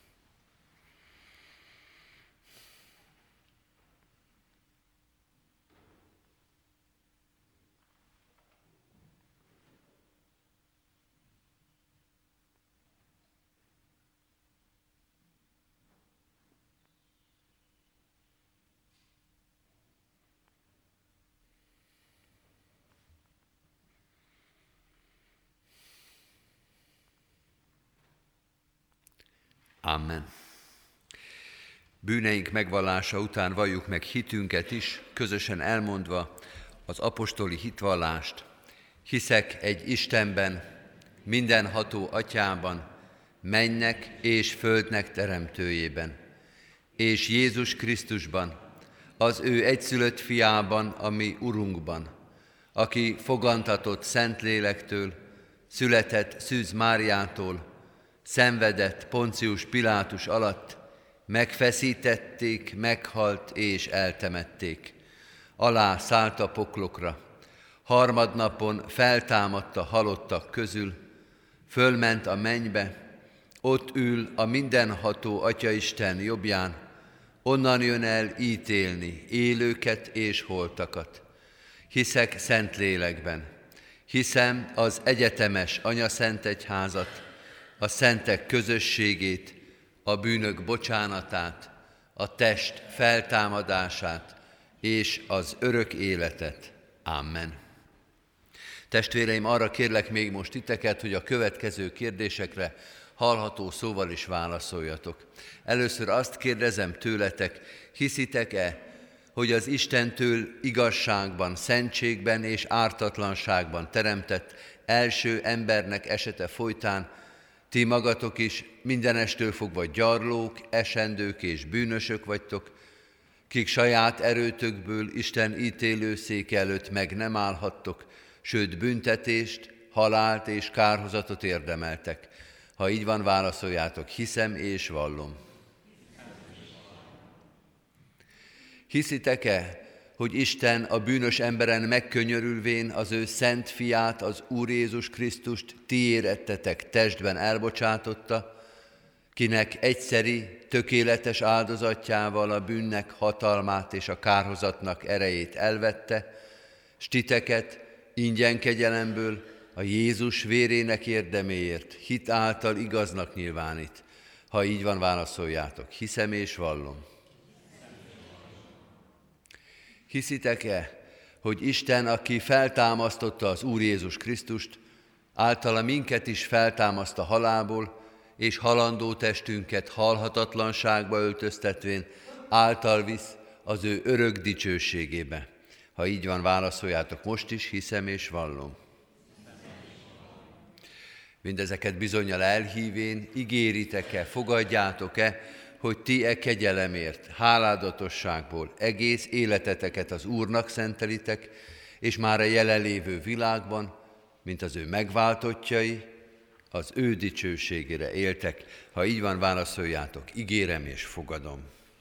Amen. Bűneink megvallása után valljuk meg hitünket is, közösen elmondva az apostoli hitvallást. Hiszek egy Istenben, mindenható Atyában, mennynek és földnek teremtőjében, és Jézus Krisztusban, az ő egyszülött fiában, a mi Urunkban, aki fogantatott Szentlélektől, született Szűz Máriától, szenvedett Poncius Pilátus alatt, megfeszítették, meghalt és eltemették. Alá szállt a poklokra, harmadnapon feltámadt a halottak közül, fölment a mennybe, ott ül a mindenható Atyaisten jobbján, onnan jön el ítélni élőket és holtakat. Hiszek Szentlélekben, hiszem az egyetemes Anyaszentegyházat, a szentek közösségét, a bűnök bocsánatát, a test feltámadását és az örök életet. Amen. Testvéreim, arra kérlek még most titeket, hogy a következő kérdésekre hallható szóval is válaszoljatok. Először azt kérdezem tőletek, hiszitek-e, hogy az Istentől igazságban, szentségben és ártatlanságban teremtett első embernek esete folytán ti magatok is mindenestől fogva gyarlók, esendők és bűnösök vagytok, kik saját erőtökből Isten ítélőszéke előtt meg nem állhattok, sőt büntetést, halált és kárhozatot érdemeltek. Ha így van, válaszoljátok: hiszem és vallom. Hiszitek-e, hogy Isten a bűnös emberen megkönyörülvén az ő szent fiát, az Úr Jézus Krisztust ti érettetek testben elbocsátotta, kinek egyszeri, tökéletes áldozatjával a bűnnek hatalmát és a kárhozatnak erejét elvette, s titeket ingyen kegyelemből a Jézus vérének érdeméért hit által igaznak nyilvánít. Ha így van, válaszoljátok: hiszem és vallom. Hiszitek-e, hogy Isten, aki feltámasztotta az Úr Jézus Krisztust, általa minket is feltámaszt a halálból, és halandó testünket halhatatlanságba öltöztetvén által visz az ő örök dicsőségébe. Ha így van, válaszoljátok most is: hiszem és vallom. Mindezeket bizonnyal elhívén, ígéritek-e, fogadjátok-e, hogy ti kegyelemért, háládatosságból egész életeteket az Úrnak szentelitek, és már a jelenlévő világban, mint az ő megváltottjai, az ő dicsőségére éltek. Ha így van, válaszoljátok, ígérem és fogadom.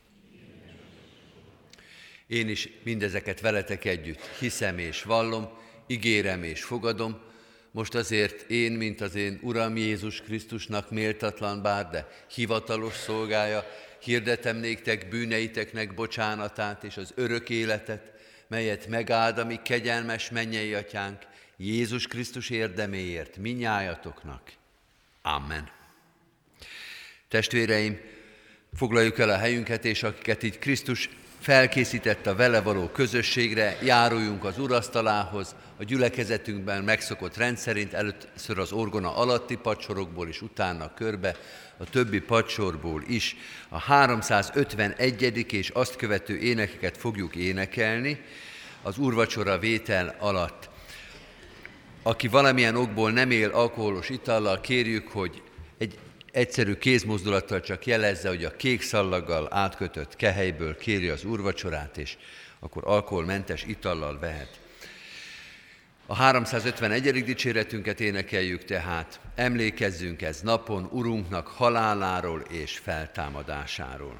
Én is mindezeket veletek együtt hiszem és vallom, ígérem és fogadom. Most azért én, mint az én Uram Jézus Krisztusnak méltatlan bár, de hivatalos szolgája, hirdetem néktek bűneiteknek bocsánatát és az örök életet, melyet megáld a mi kegyelmes mennyei atyánk, Jézus Krisztus érdeméért minnyájatoknak. Amen. Testvéreim, foglaljuk el a helyünket, és akiket így Krisztus felkészített a vele való közösségre, járuljunk az úrasztalához, a gyülekezetünkben megszokott rendszerint, először az orgona alatti padsorokból, és utána körbe a többi padsorból is. A 351. és azt követő énekeket fogjuk énekelni az úrvacsora vétel alatt. Aki valamilyen okból nem él alkoholos itallal, kérjük, hogy egy egyszerű kézmozdulattal csak jelezze, hogy a kék szallaggal átkötött kehelyből kéri az úrvacsorát, és akkor alkoholmentes itallal vehet. A 351. dicséretünket énekeljük tehát. Emlékezzünk ez napon Urunknak haláláról és feltámadásáról.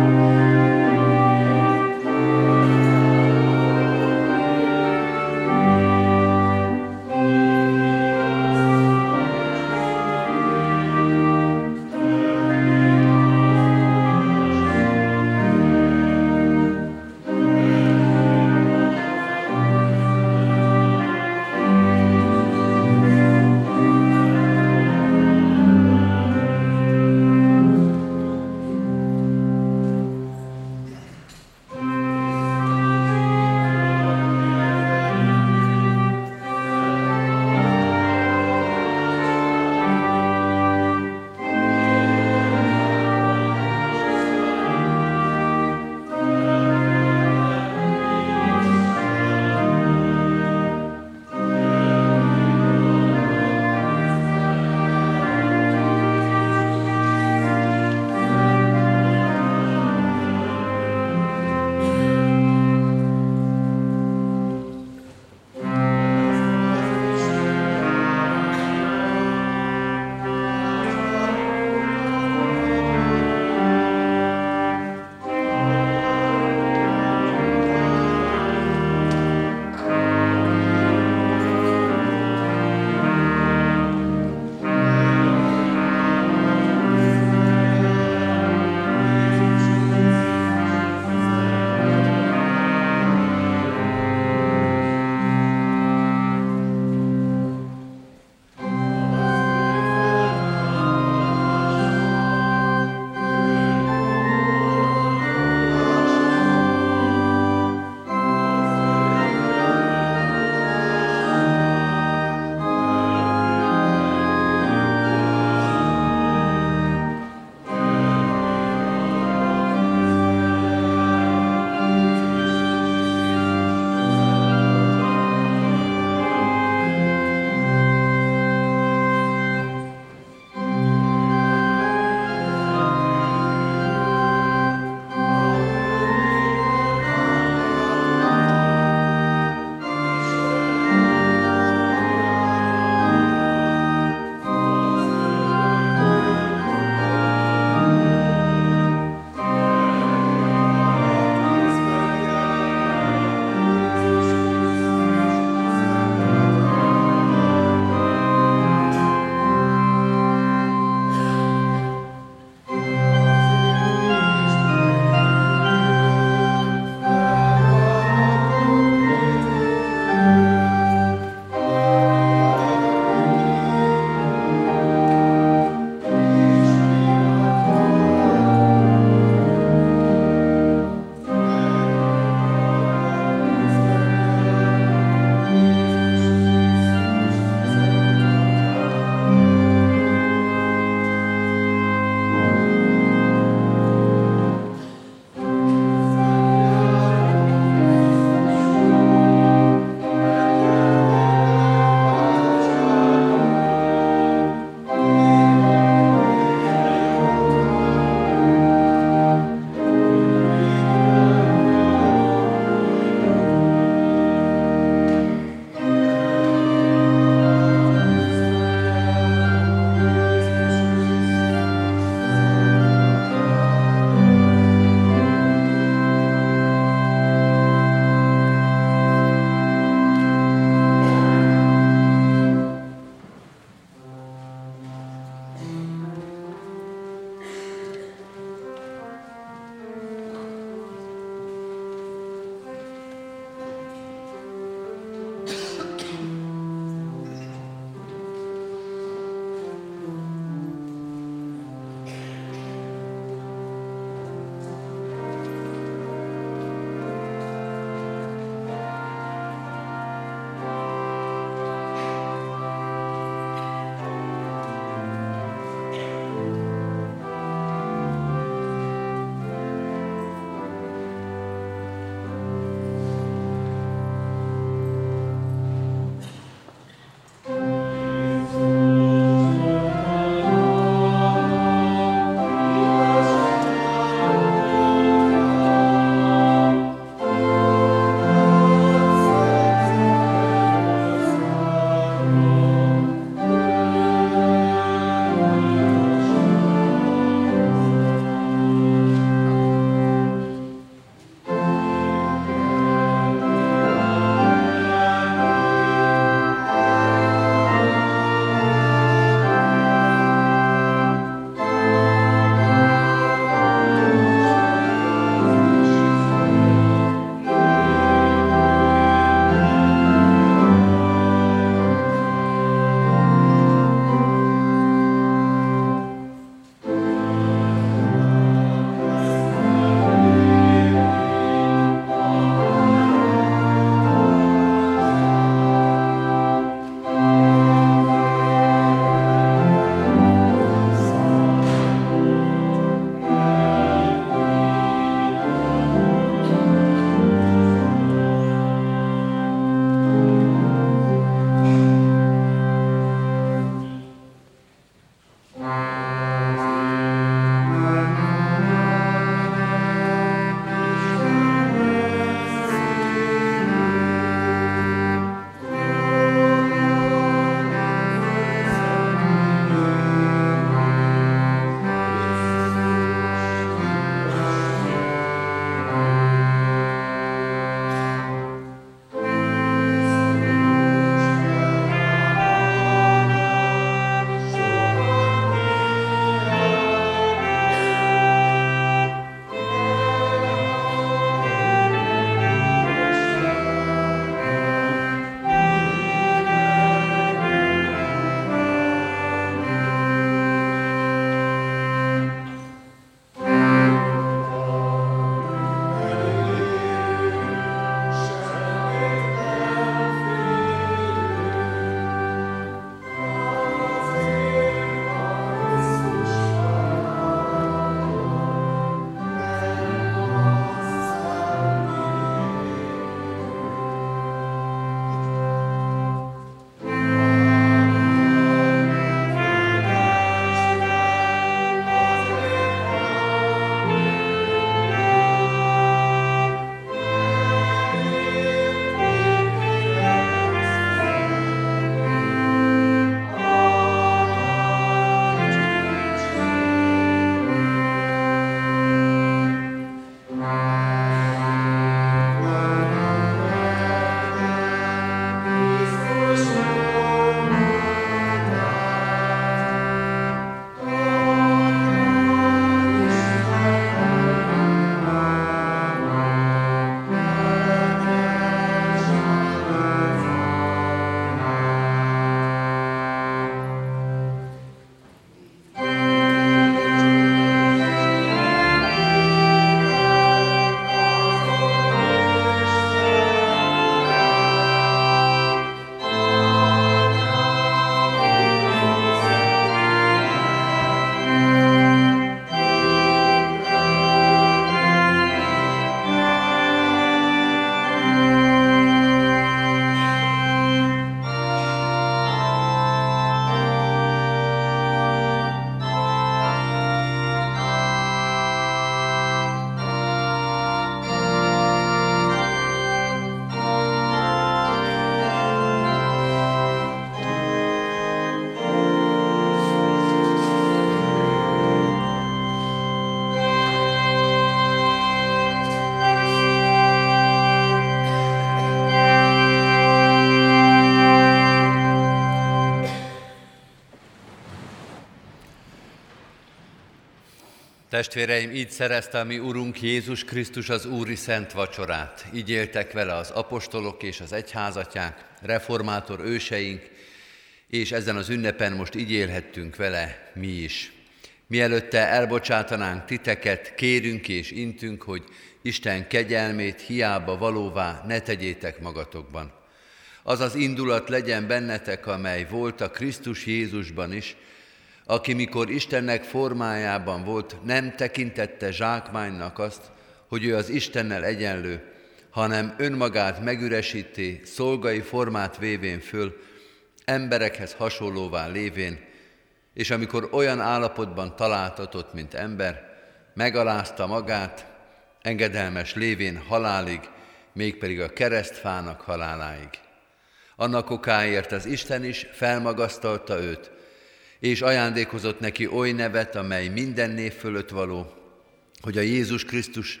Testvéreim, így szerezte a mi Urunk Jézus Krisztus az Úri Szent Vacsorát. Így éltek vele az apostolok és az egyházatják, reformátor őseink, és ezen az ünnepen most így élhettünk vele mi is. Mielőtte elbocsátanánk titeket, kérünk és intünk, hogy Isten kegyelmét hiába valóvá ne tegyétek magatokban. Az az indulat legyen bennetek, amely volt a Krisztus Jézusban is, aki mikor Istennek formájában volt, nem tekintette zsákmánynak azt, hogy ő az Istennel egyenlő, hanem önmagát megüresíté, szolgai formát vévén föl, emberekhez hasonlóvá lévén, és amikor olyan állapotban találtatott, mint ember, megalázta magát, engedelmes lévén halálig, mégpedig a keresztfának haláláig. Annak okáért az Isten is felmagasztalta őt, és ajándékozott neki oly nevet, amely minden név fölött való, hogy a Jézus Krisztus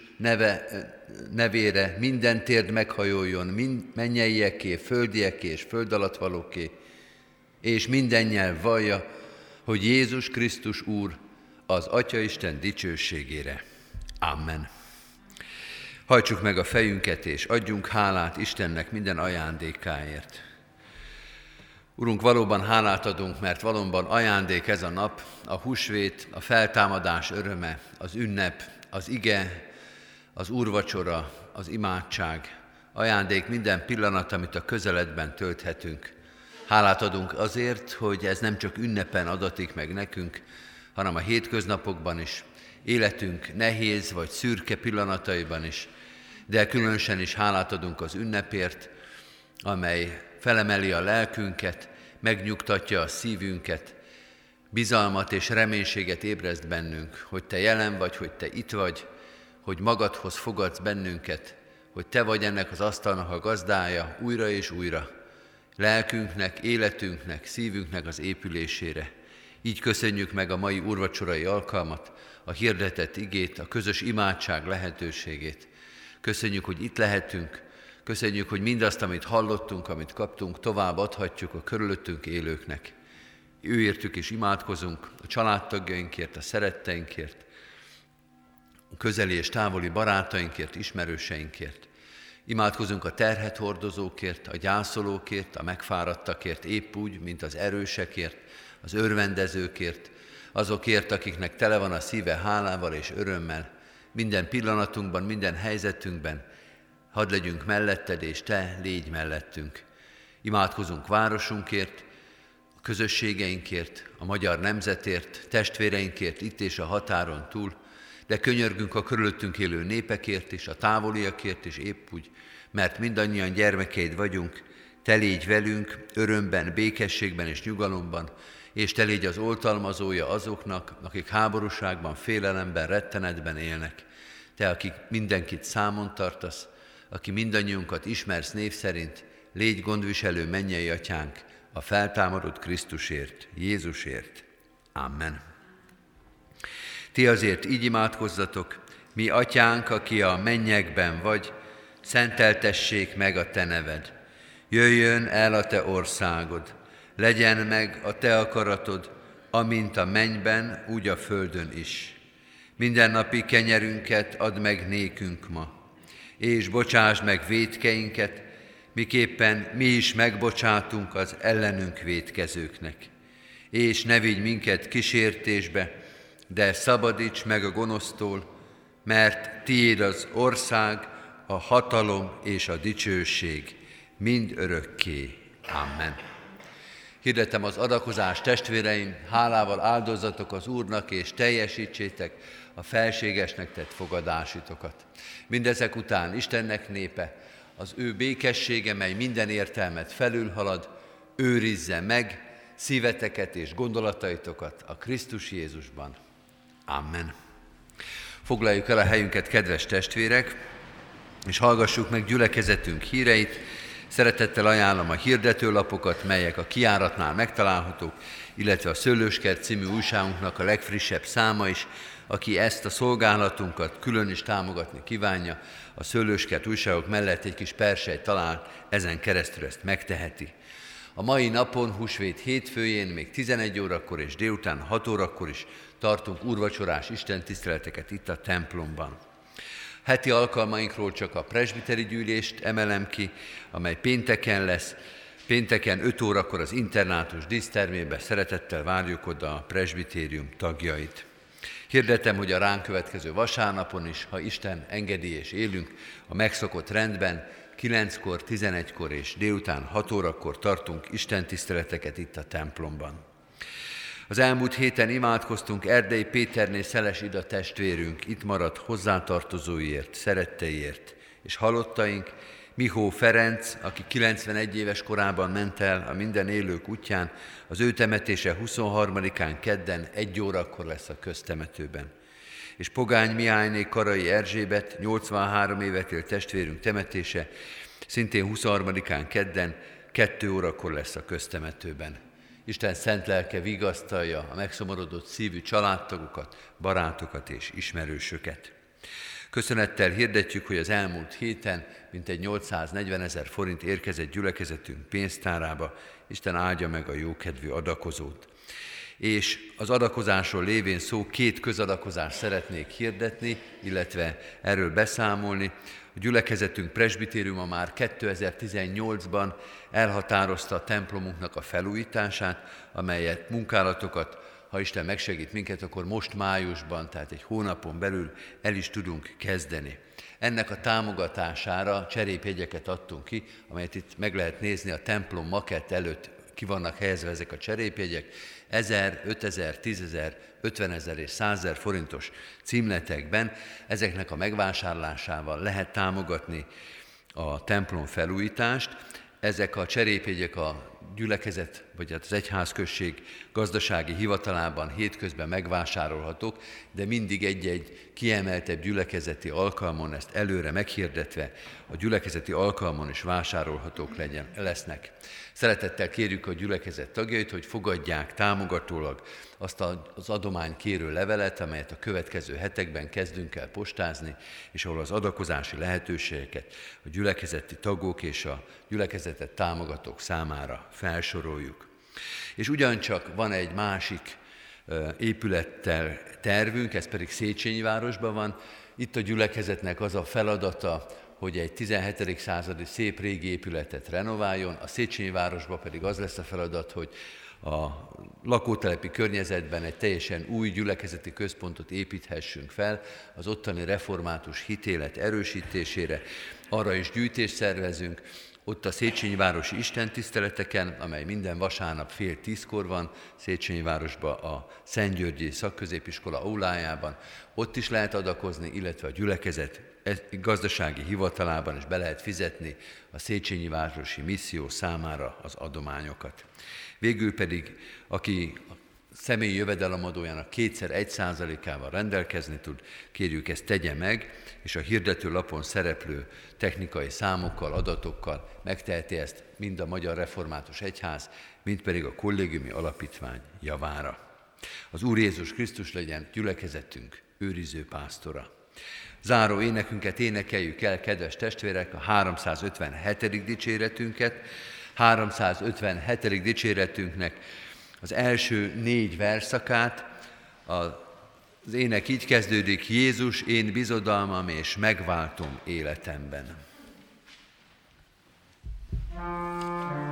nevére minden térd meghajoljon, mennyeieké, földieké és föld alatt valóké, és minden nyelv vallja, hogy Jézus Krisztus Úr az Atyaisten dicsőségére. Amen. Hajtsuk meg a fejünket, és adjunk hálát Istennek minden ajándékáért. Urunk, valóban hálát adunk, mert valóban ajándék ez a nap, a húsvét, a feltámadás öröme, az ünnep, az ige, az úrvacsora, az imádság. Ajándék minden pillanat, amit a közeledben tölthetünk. Hálát adunk azért, hogy ez nem csak ünnepen adatik meg nekünk, hanem a hétköznapokban is, életünk nehéz vagy szürke pillanataiban is, de különösen is hálát adunk az ünnepért, amely felemeli a lelkünket, megnyugtatja a szívünket, bizalmat és reménységet ébreszt bennünk, hogy Te jelen vagy, hogy Te itt vagy, hogy magadhoz fogadsz bennünket, hogy Te vagy ennek az asztalnak a gazdája újra és újra, lelkünknek, életünknek, szívünknek az épülésére. Így köszönjük meg a mai úrvacsorai alkalmat, a hirdetett igét, a közös imádság lehetőségét. Köszönjük, hogy itt lehetünk, köszönjük, hogy mindazt, amit hallottunk, amit kaptunk, tovább adhatjuk a körülöttünk élőknek. Őértük is imádkozunk, a családtagjainkért, a szeretteinkért, a közeli és távoli barátainkért, ismerőseinkért. Imádkozunk a terhet hordozókért, a gyászolókért, a megfáradtakért, épp úgy, mint az erősekért, az örvendezőkért, azokért, akiknek tele van a szíve hálával és örömmel, minden pillanatunkban, minden helyzetünkben. Hadd legyünk melletted, és Te légy mellettünk. Imádkozunk városunkért, a közösségeinkért, a magyar nemzetért, testvéreinkért itt és a határon túl, de könyörgünk a körülöttünk élő népekért is, a távoliakért is épp úgy, mert mindannyian gyermekeid vagyunk, Te légy velünk, örömben, békességben és nyugalomban, és Te légy az oltalmazója azoknak, akik háborúságban, félelemben, rettenetben élnek. Te, akik mindenkit számon tartasz, aki mindannyiunkat ismersz név szerint, légy gondviselő mennyei atyánk, a feltámadott Krisztusért, Jézusért. Amen. Ti azért így imádkozzatok: mi atyánk, aki a mennyekben vagy, szenteltessék meg a te neved. Jöjjön el a te országod, legyen meg a te akaratod, amint a mennyben, úgy a földön is. Mindennapi kenyerünket add meg nékünk ma, és bocsásd meg vétkeinket, miképpen mi is megbocsátunk az ellenünk vétkezőknek. És ne vigy minket kísértésbe, de szabadíts meg a gonosztól, mert tiéd az ország, a hatalom és a dicsőség mind örökké. Amen. Hirdetem az adakozást, testvéreim, hálával áldozzatok az Úrnak, és teljesítsétek a felségesnek tett fogadásitokat. Mindezek után Istennek népe, az ő békessége, mely minden értelmet felülhalad, őrizze meg szíveteket és gondolataitokat a Krisztus Jézusban. Amen. Foglaljuk el a helyünket, kedves testvérek, és hallgassuk meg gyülekezetünk híreit. Szeretettel ajánlom a hirdetőlapokat, melyek a kijáratnál megtalálhatók, illetve a Szőlőskert című újságunknak a legfrissebb száma is. Aki ezt a szolgálatunkat külön is támogatni kívánja, a Szőlőskert újságok mellett egy kis perselyt talál, ezen keresztül ezt megteheti. A mai napon, húsvét hétfőjén, még 11 órakor és délután 6 órakor is tartunk úrvacsorás istentiszteleteket itt a templomban. Heti alkalmainkról csak a presbiteri gyűlést emelem ki, amely pénteken lesz. Pénteken 5 órakor az internátus dísztermébe szeretettel várjuk oda a presbitérium tagjait. Hirdetem, hogy a ránk következő vasárnapon is, ha Isten engedi és élünk, a megszokott rendben 9-kor, 11-kor és délután 6 órakor tartunk istentiszteleteket itt a templomban. Az elmúlt héten imádkoztunk Erdei Péterné Szeles Ida testvérünk itt maradt hozzátartozóiért, szeretteiért és halottaink, Mihó Ferenc, aki 91 éves korában ment el a minden élők útján, az ő temetése 23-án kedden 1 órakor lesz a köztemetőben. És Pogány Mihályné Karai Erzsébet, 83 évet élt testvérünk temetése, szintén 23-án kedden 2 órakor lesz a köztemetőben. Isten szent lelke vigasztalja a megszomorodott szívű családtagokat, barátokat és ismerősöket. Köszönettel hirdetjük, hogy az elmúlt héten mintegy 840 000 forint érkezett gyülekezetünk pénztárába. Isten áldja meg a jókedvű adakozót. És az adakozásról lévén szó 2 közadakozást szeretnék hirdetni, illetve erről beszámolni. A gyülekezetünk presbitériuma már 2018-ban elhatározta a templomunknak a felújítását, amelyet munkálatokat, ha Isten megsegít minket, akkor most májusban, tehát egy hónapon belül el is tudunk kezdeni. Ennek a támogatására cserépjegyeket adtunk ki, amelyet itt meg lehet nézni a templom makett előtt, ki vannak helyezve ezek a cserépjegyek, 1000, 5000, 10.000, 50.000 és 100.000 forintos címletekben. Ezeknek a megvásárlásával lehet támogatni a templom felújítást. Ezek a cserépjegyek a gyülekezet, vagy az egyházközség gazdasági hivatalában hétközben megvásárolhatók, de mindig egy-egy kiemeltebb gyülekezeti alkalmon, ezt előre meghirdetve, a gyülekezeti alkalmon is vásárolhatók lesznek. Szeretettel kérjük a gyülekezet tagjait, hogy fogadják támogatólag azt az adománykérő levelet, amelyet a következő hetekben kezdünk el postázni, és ahol az adakozási lehetőségeket a gyülekezeti tagok és a gyülekezetet támogatók számára felsoroljuk. És ugyancsak van egy másik épülettel tervünk, ez pedig Széchenyi városban van. Itt a gyülekezetnek az a feladata, hogy egy 17. századi szép régi épületet renováljon, a Széchenyi városban pedig az lesz a feladat, hogy a lakótelepi környezetben egy teljesen új gyülekezeti központot építhessünk fel, az ottani református hitélet erősítésére. Arra is gyűjtést szervezünk, ott a Széchenyvárosi istentiszteleteken, amely minden vasárnap 9:30 van, Széchenyvárosban a Szentgyörgyi Szakközépiskola aulájában, ott is lehet adakozni, illetve a gyülekezet gazdasági hivatalában is be lehet fizetni a Széchenyvárosi misszió számára az adományokat. Végül pedig, aki a személyi jövedelemadójának 2x1%-ával rendelkezni tud, kérjük, ezt tegye meg, és a hirdetőlapon szereplő technikai számokkal, adatokkal megteheti ezt mind a Magyar Református Egyház, mind pedig a Kollégiumi Alapítvány javára. Az Úr Jézus Krisztus legyen gyülekezetünk őriző pásztora. Záró énekünket énekeljük el, kedves testvérek, a 357. dicséretünket. 357. dicséretünknek az első 4 verszakát. Az ének így kezdődik: Jézus, én bizodalmam és megváltom életemben.